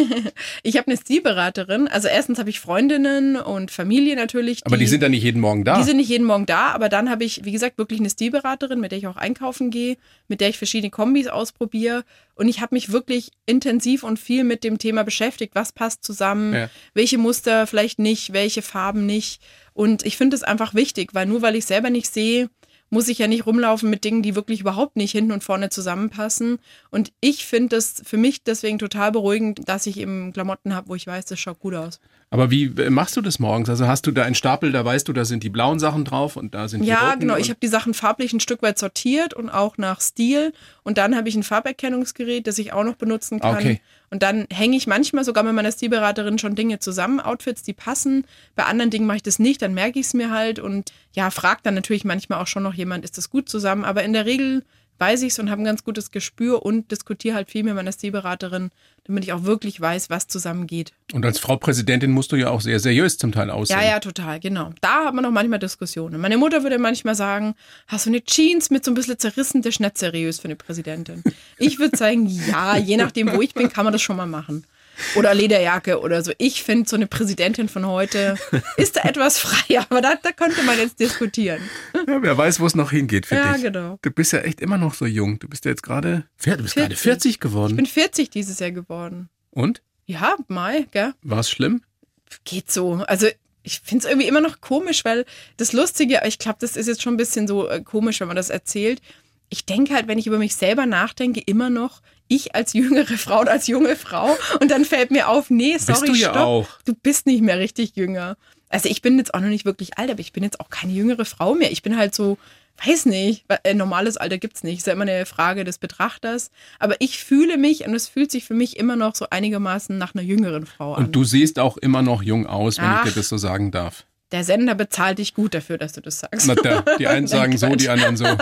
Ich habe eine Stilberaterin. Also erstens habe ich Freundinnen und Familie natürlich. Die, aber die sind dann nicht jeden Morgen da? Die sind nicht jeden Morgen da, aber dann habe ich, wie gesagt, wirklich eine Stilberaterin, mit der ich auch einkaufen gehe, mit der ich verschiedene Kombis ausprobiere. Und ich habe mich wirklich intensiv und viel mit dem Thema beschäftigt. Was passt zusammen? Ja. Welche Muster vielleicht nicht? Welche Farben nicht? Und ich finde es einfach wichtig, weil nur weil ich selber nicht sehe, muss ich ja nicht rumlaufen mit Dingen, die wirklich überhaupt nicht hinten und vorne zusammenpassen. Und ich finde es für mich deswegen total beruhigend, dass ich eben Klamotten habe, wo ich weiß, das schaut gut aus. Aber wie machst du das morgens? Also hast du da einen Stapel, da weißt du, da sind die blauen Sachen drauf und da sind die Ja, roten? Genau. Ich habe die Sachen farblich ein Stück weit sortiert und auch nach Stil. Und dann habe ich ein Farberkennungsgerät, das ich auch noch benutzen kann. Okay. Und dann hänge ich manchmal sogar mit meiner Stilberaterin schon Dinge zusammen, Outfits, die passen. Bei anderen Dingen mache ich das nicht, dann merke ich es mir halt und ja, frage dann natürlich manchmal auch schon noch jemand, ist das gut zusammen? Aber in der Regel weiß ich es und habe ein ganz gutes Gespür und diskutiere halt viel mit meiner Stilberaterin, damit ich auch wirklich weiß, was zusammengeht. Und als Frau Präsidentin musst du ja auch sehr seriös zum Teil aussehen. Ja, ja, total, genau. Da hat man auch manchmal Diskussionen. Meine Mutter würde manchmal sagen, hast du eine Jeans mit so ein bisschen zerrissen, das ist nicht seriös für eine Präsidentin. Ich würde sagen, ja, je nachdem, wo ich bin, kann man das schon mal machen. Oder Lederjacke oder so. Ich finde, so eine Präsidentin von heute ist da etwas freier, aber da, da könnte man jetzt diskutieren. Ja, wer weiß, wo es noch hingeht für ja, dich. Ja, genau. Du bist ja echt immer noch so jung. Du bist ja jetzt gerade, du bist gerade vierzig geworden. Ich bin vierzig dieses Jahr geworden. Und? Ja, Mai, gell? War es schlimm? Geht so. Also ich finde es irgendwie immer noch komisch, weil das Lustige, ich glaube, das ist jetzt schon ein bisschen so komisch, wenn man das erzählt. Ich denke halt, wenn ich über mich selber nachdenke, immer noch, ich als jüngere Frau und als junge Frau. Und dann fällt mir auf, nee, sorry, bist du ja stopp, auch. Du bist nicht mehr richtig jünger. Also ich bin jetzt auch noch nicht wirklich alt, aber ich bin jetzt auch keine jüngere Frau mehr. Ich bin halt so, weiß nicht, ein normales Alter gibt's nicht. Ist ja immer eine Frage des Betrachters. Aber ich fühle mich, und es fühlt sich für mich immer noch so einigermaßen nach einer jüngeren Frau an. Und du siehst auch immer noch jung aus, wenn Ach. ich dir das so sagen darf. Der Sender bezahlt dich gut dafür, dass du das sagst. Na, der, die einen sagen so, die anderen so.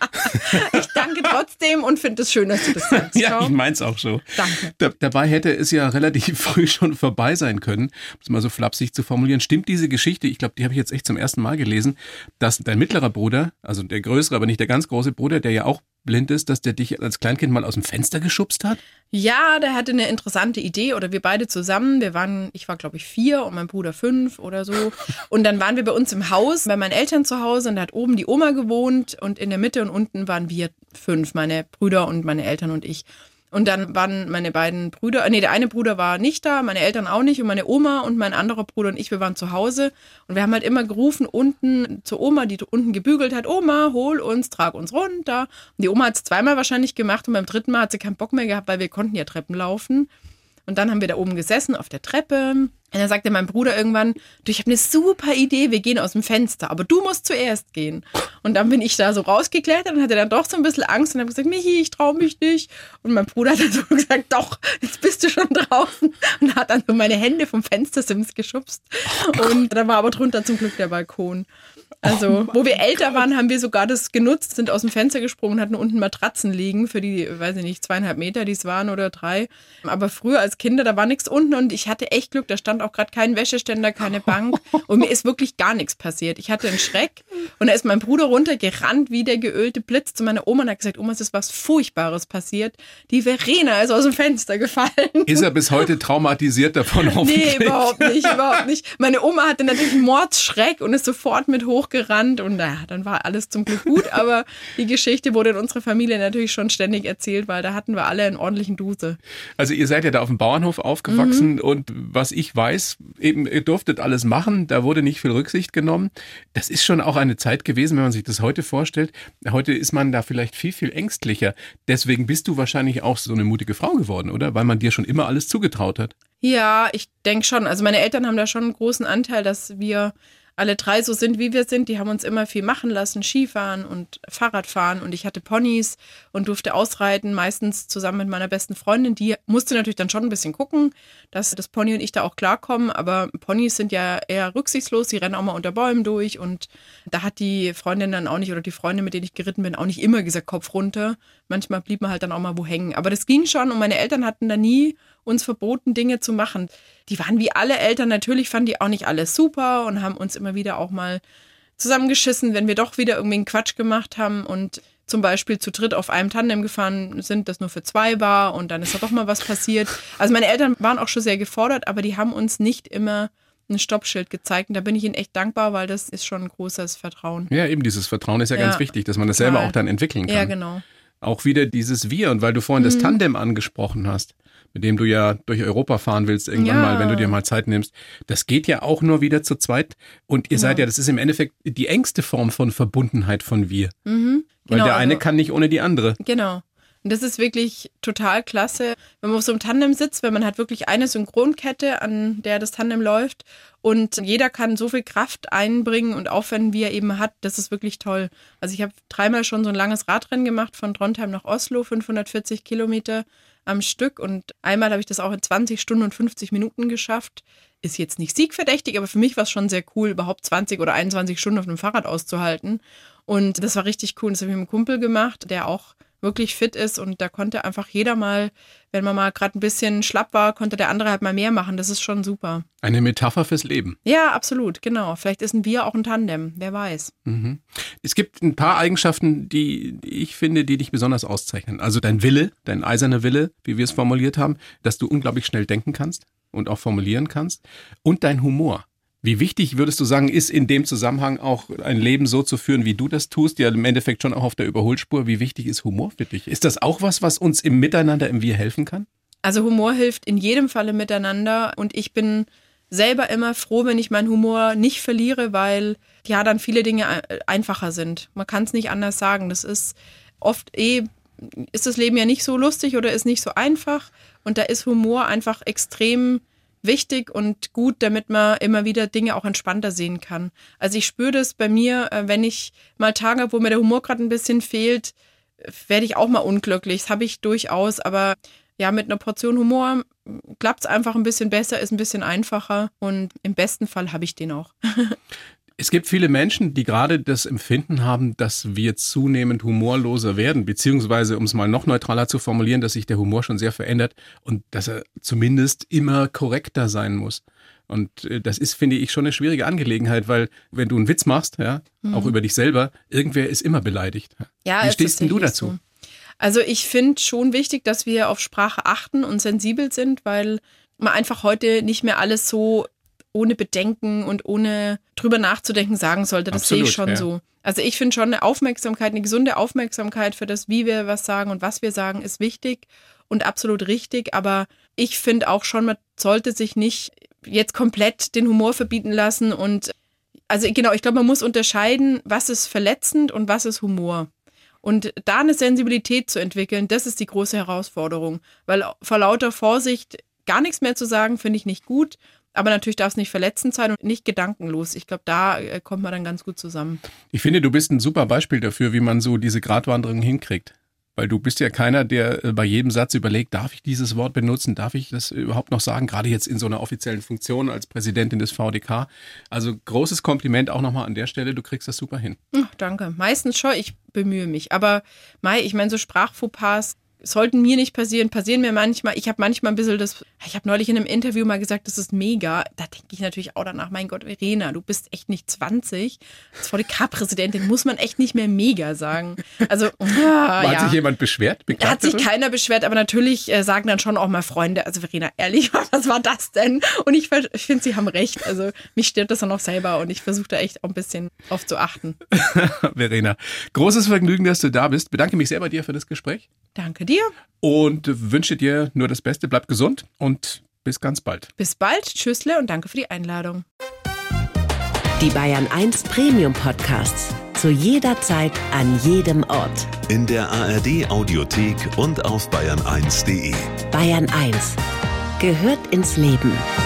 Ich danke trotzdem und finde es schön, dass du das sagst. Ja, ich mein's auch so. Danke. Da, dabei hätte es ja relativ früh schon vorbei sein können, um es mal so flapsig zu formulieren. Stimmt diese Geschichte, ich glaube, die habe ich jetzt echt zum ersten Mal gelesen, dass dein mittlerer Bruder, also der größere, aber nicht der ganz große Bruder, der ja auch blind ist, dass der dich als Kleinkind mal aus dem Fenster geschubst hat? Ja, der hatte eine interessante Idee oder wir beide zusammen. Wir waren, ich war glaube ich vier und mein Bruder fünf oder so. Und dann waren wir bei uns im Haus, bei meinen Eltern zu Hause und da hat oben die Oma gewohnt und in der Mitte und unten waren wir fünf, meine Brüder und meine Eltern und ich. Und dann waren meine beiden Brüder, nee, der eine Bruder war nicht da, meine Eltern auch nicht und meine Oma und mein anderer Bruder und ich, wir waren zu Hause und wir haben halt immer gerufen unten zur Oma, die unten gebügelt hat, Oma, hol uns, trag uns runter. Und die Oma hat es zweimal wahrscheinlich gemacht und beim dritten Mal hat sie keinen Bock mehr gehabt, weil wir konnten ja Treppen laufen. Und dann haben wir da oben gesessen auf der Treppe. Und dann sagte mein Bruder irgendwann, du, ich habe eine super Idee, wir gehen aus dem Fenster, aber du musst zuerst gehen. Und dann bin ich da so rausgeklettert und hatte dann doch so ein bisschen Angst und habe gesagt, Michi, ich traue mich nicht. Und mein Bruder hat dann so gesagt, doch, jetzt bist du schon draußen. Und hat dann so meine Hände vom Fenstersims geschubst. Und da war aber drunter zum Glück der Balkon. Also, oh wo wir älter Gott. waren, haben wir sogar das genutzt, sind aus dem Fenster gesprungen und hatten unten Matratzen liegen für die, weiß ich nicht, zweieinhalb Meter, die es waren oder drei. Aber früher als Kinder, da war nichts unten und ich hatte echt Glück, da stand auch gerade kein Wäscheständer, keine Bank und mir ist wirklich gar nichts passiert. Ich hatte einen Schreck und da ist mein Bruder runtergerannt wie der geölte Blitz zu meiner Oma und hat gesagt, Oma, es ist was Furchtbares passiert. Die Verena ist aus dem Fenster gefallen. Ist er bis heute traumatisiert davon hoffentlich? Nee, überhaupt nicht, überhaupt nicht. Meine Oma hatte natürlich einen Mordsschreck und ist sofort mit hochgerannt und naja, dann war alles zum Glück gut, aber die Geschichte wurde in unserer Familie natürlich schon ständig erzählt, weil da hatten wir alle einen ordentlichen Duse. Also ihr seid ja da auf dem Bauernhof aufgewachsen mhm. und was ich weiß, eben ihr durftet alles machen, da wurde nicht viel Rücksicht genommen. Das ist schon auch eine Zeit gewesen, wenn man sich das heute vorstellt. Heute ist man da vielleicht viel, viel ängstlicher. Deswegen bist du wahrscheinlich auch so eine mutige Frau geworden, oder? Weil man dir schon immer alles zugetraut hat. Ja, ich denke schon. Also meine Eltern haben da schon einen großen Anteil, dass wir alle drei so sind, wie wir sind. Die haben uns immer viel machen lassen, Skifahren und Fahrradfahren und ich hatte Ponys und durfte ausreiten, meistens zusammen mit meiner besten Freundin. Die musste natürlich dann schon ein bisschen gucken, dass das Pony und ich da auch klarkommen, aber Ponys sind ja eher rücksichtslos, die rennen auch mal unter Bäumen durch und da hat die Freundin dann auch nicht oder die Freundin, mit denen ich geritten bin, auch nicht immer gesagt, Kopf runter. Manchmal blieb man halt dann auch mal wo hängen, aber das ging schon und meine Eltern hatten da nie uns verboten, Dinge zu machen. Die waren wie alle Eltern, natürlich fanden die auch nicht alles super und haben uns immer wieder auch mal zusammengeschissen, wenn wir doch wieder irgendwie einen Quatsch gemacht haben und zum Beispiel zu dritt auf einem Tandem gefahren sind, das nur für zwei war und dann ist da doch mal was passiert. Also meine Eltern waren auch schon sehr gefordert, aber die haben uns nicht immer ein Stoppschild gezeigt und da bin ich ihnen echt dankbar, weil das ist schon ein großes Vertrauen. Ja, eben dieses Vertrauen ist ja, ja ganz wichtig, dass man das total selber auch dann entwickeln kann. Ja, genau. Auch wieder dieses Wir und weil du vorhin mhm. das Tandem angesprochen hast, mit dem du ja durch Europa fahren willst, irgendwann ja. mal, wenn du dir mal Zeit nimmst. Das geht ja auch nur wieder zu zweit. Und ihr genau. seid ja, das ist im Endeffekt die engste Form von Verbundenheit von wir. Mhm. Weil genau, der eine also, kann nicht ohne die andere. Genau. Und das ist wirklich total klasse, wenn man auf so einem Tandem sitzt, weil man hat wirklich eine Synchronkette, an der das Tandem läuft und jeder kann so viel Kraft einbringen und aufwenden, wie er eben hat. Das ist wirklich toll. Also ich habe dreimal schon so ein langes Radrennen gemacht, von Trondheim nach Oslo, fünfhundertvierzig Kilometer am Stück und einmal habe ich das auch in zwanzig Stunden und fünfzig Minuten geschafft. Ist jetzt nicht siegverdächtig, aber für mich war es schon sehr cool, überhaupt zwanzig oder einundzwanzig Stunden auf einem Fahrrad auszuhalten. Und das war richtig cool. Das habe ich mit einem Kumpel gemacht, der auch wirklich fit ist und da konnte einfach jeder mal, wenn man mal gerade ein bisschen schlapp war, konnte der andere halt mal mehr machen. Das ist schon super. Eine Metapher fürs Leben. Ja, absolut, genau. Vielleicht ist ein Bier auch ein Tandem, wer weiß. Mhm. Es gibt ein paar Eigenschaften, die, die ich finde, die dich besonders auszeichnen. Also dein Wille, dein eiserner Wille, wie wir es formuliert haben, dass du unglaublich schnell denken kannst und auch formulieren kannst und dein Humor. Wie wichtig, würdest du sagen, ist in dem Zusammenhang auch ein Leben so zu führen, wie du das tust, ja im Endeffekt schon auch auf der Überholspur? Wie wichtig ist Humor für dich? Ist das auch was, was uns im Miteinander, im Wir helfen kann? Also Humor hilft in jedem Falle miteinander und ich bin selber immer froh, wenn ich meinen Humor nicht verliere, weil ja dann viele Dinge einfacher sind. Man kann es nicht anders sagen. Das ist oft eh, ist das Leben ja nicht so lustig oder ist nicht so einfach und da ist Humor einfach extrem wichtig und gut, damit man immer wieder Dinge auch entspannter sehen kann. Also ich spüre das bei mir, wenn ich mal Tage habe, wo mir der Humor gerade ein bisschen fehlt, werde ich auch mal unglücklich. Das habe ich durchaus, aber ja, mit einer Portion Humor klappt es einfach ein bisschen besser, ist ein bisschen einfacher und im besten Fall habe ich den auch. Es gibt viele Menschen, die gerade das Empfinden haben, dass wir zunehmend humorloser werden, beziehungsweise, um es mal noch neutraler zu formulieren, dass sich der Humor schon sehr verändert und dass er zumindest immer korrekter sein muss. Und das ist, finde ich, schon eine schwierige Angelegenheit, weil wenn du einen Witz machst, ja, mhm. auch über dich selber, irgendwer ist immer beleidigt. Ja, wie stehst denn du dazu? So. Also ich finde schon wichtig, dass wir auf Sprache achten und sensibel sind, weil man einfach heute nicht mehr alles so ohne Bedenken und ohne drüber nachzudenken sagen sollte. Das Absolut, sehe ich schon ja. so. Also ich finde schon eine Aufmerksamkeit, eine gesunde Aufmerksamkeit für das, wie wir was sagen und was wir sagen, ist wichtig. und absolut richtig, aber ich finde auch schon, man sollte sich nicht jetzt komplett den Humor verbieten lassen und also genau, ich glaube, man muss unterscheiden, was ist verletzend und was ist Humor. Und da eine Sensibilität zu entwickeln, das ist die große Herausforderung, weil vor lauter Vorsicht gar nichts mehr zu sagen, finde ich nicht gut. Aber natürlich darf es nicht verletzend sein und nicht gedankenlos. Ich glaube, da äh, kommt man dann ganz gut zusammen. Ich finde, du bist ein super Beispiel dafür, wie man so diese Gratwanderung hinkriegt. Weil du bist ja keiner, der äh, bei jedem Satz überlegt, darf ich dieses Wort benutzen, darf ich das überhaupt noch sagen, gerade jetzt in so einer offiziellen Funktion als Präsidentin des V D K. Also großes Kompliment auch nochmal an der Stelle, du kriegst das super hin. Oh, danke. Meistens schon, ich bemühe mich. Aber Mai, ich meine, so Sprachfauxpas sollten mir nicht passieren, passieren mir manchmal. Ich habe manchmal ein bisschen das, ich habe neulich in einem Interview mal gesagt, das ist mega. Da denke ich natürlich auch danach, mein Gott, Verena, du bist echt nicht zwanzig. Als V D K-Präsidentin muss man echt nicht mehr mega sagen. Also, ah, Hat ja. sich jemand beschwert? Hat sich keiner beschwert, aber natürlich äh, sagen dann schon auch mal Freunde, also Verena, ehrlich, was war das denn? Und ich, ich finde, sie haben recht. Also mich stört das dann auch selber und ich versuche da echt auch ein bisschen drauf zu achten. Verena, großes Vergnügen, dass du da bist. Bedanke mich sehr bei dir für das Gespräch. Danke dir. Und wünsche dir nur das Beste. Bleib gesund und bis ganz bald. Bis bald. Tschüssle und danke für die Einladung. Die Bayern eins Premium Podcasts. Zu jeder Zeit, an jedem Ort. In der A R D Audiothek und auf bayern eins punkt de. Bayern eins gehört ins Leben.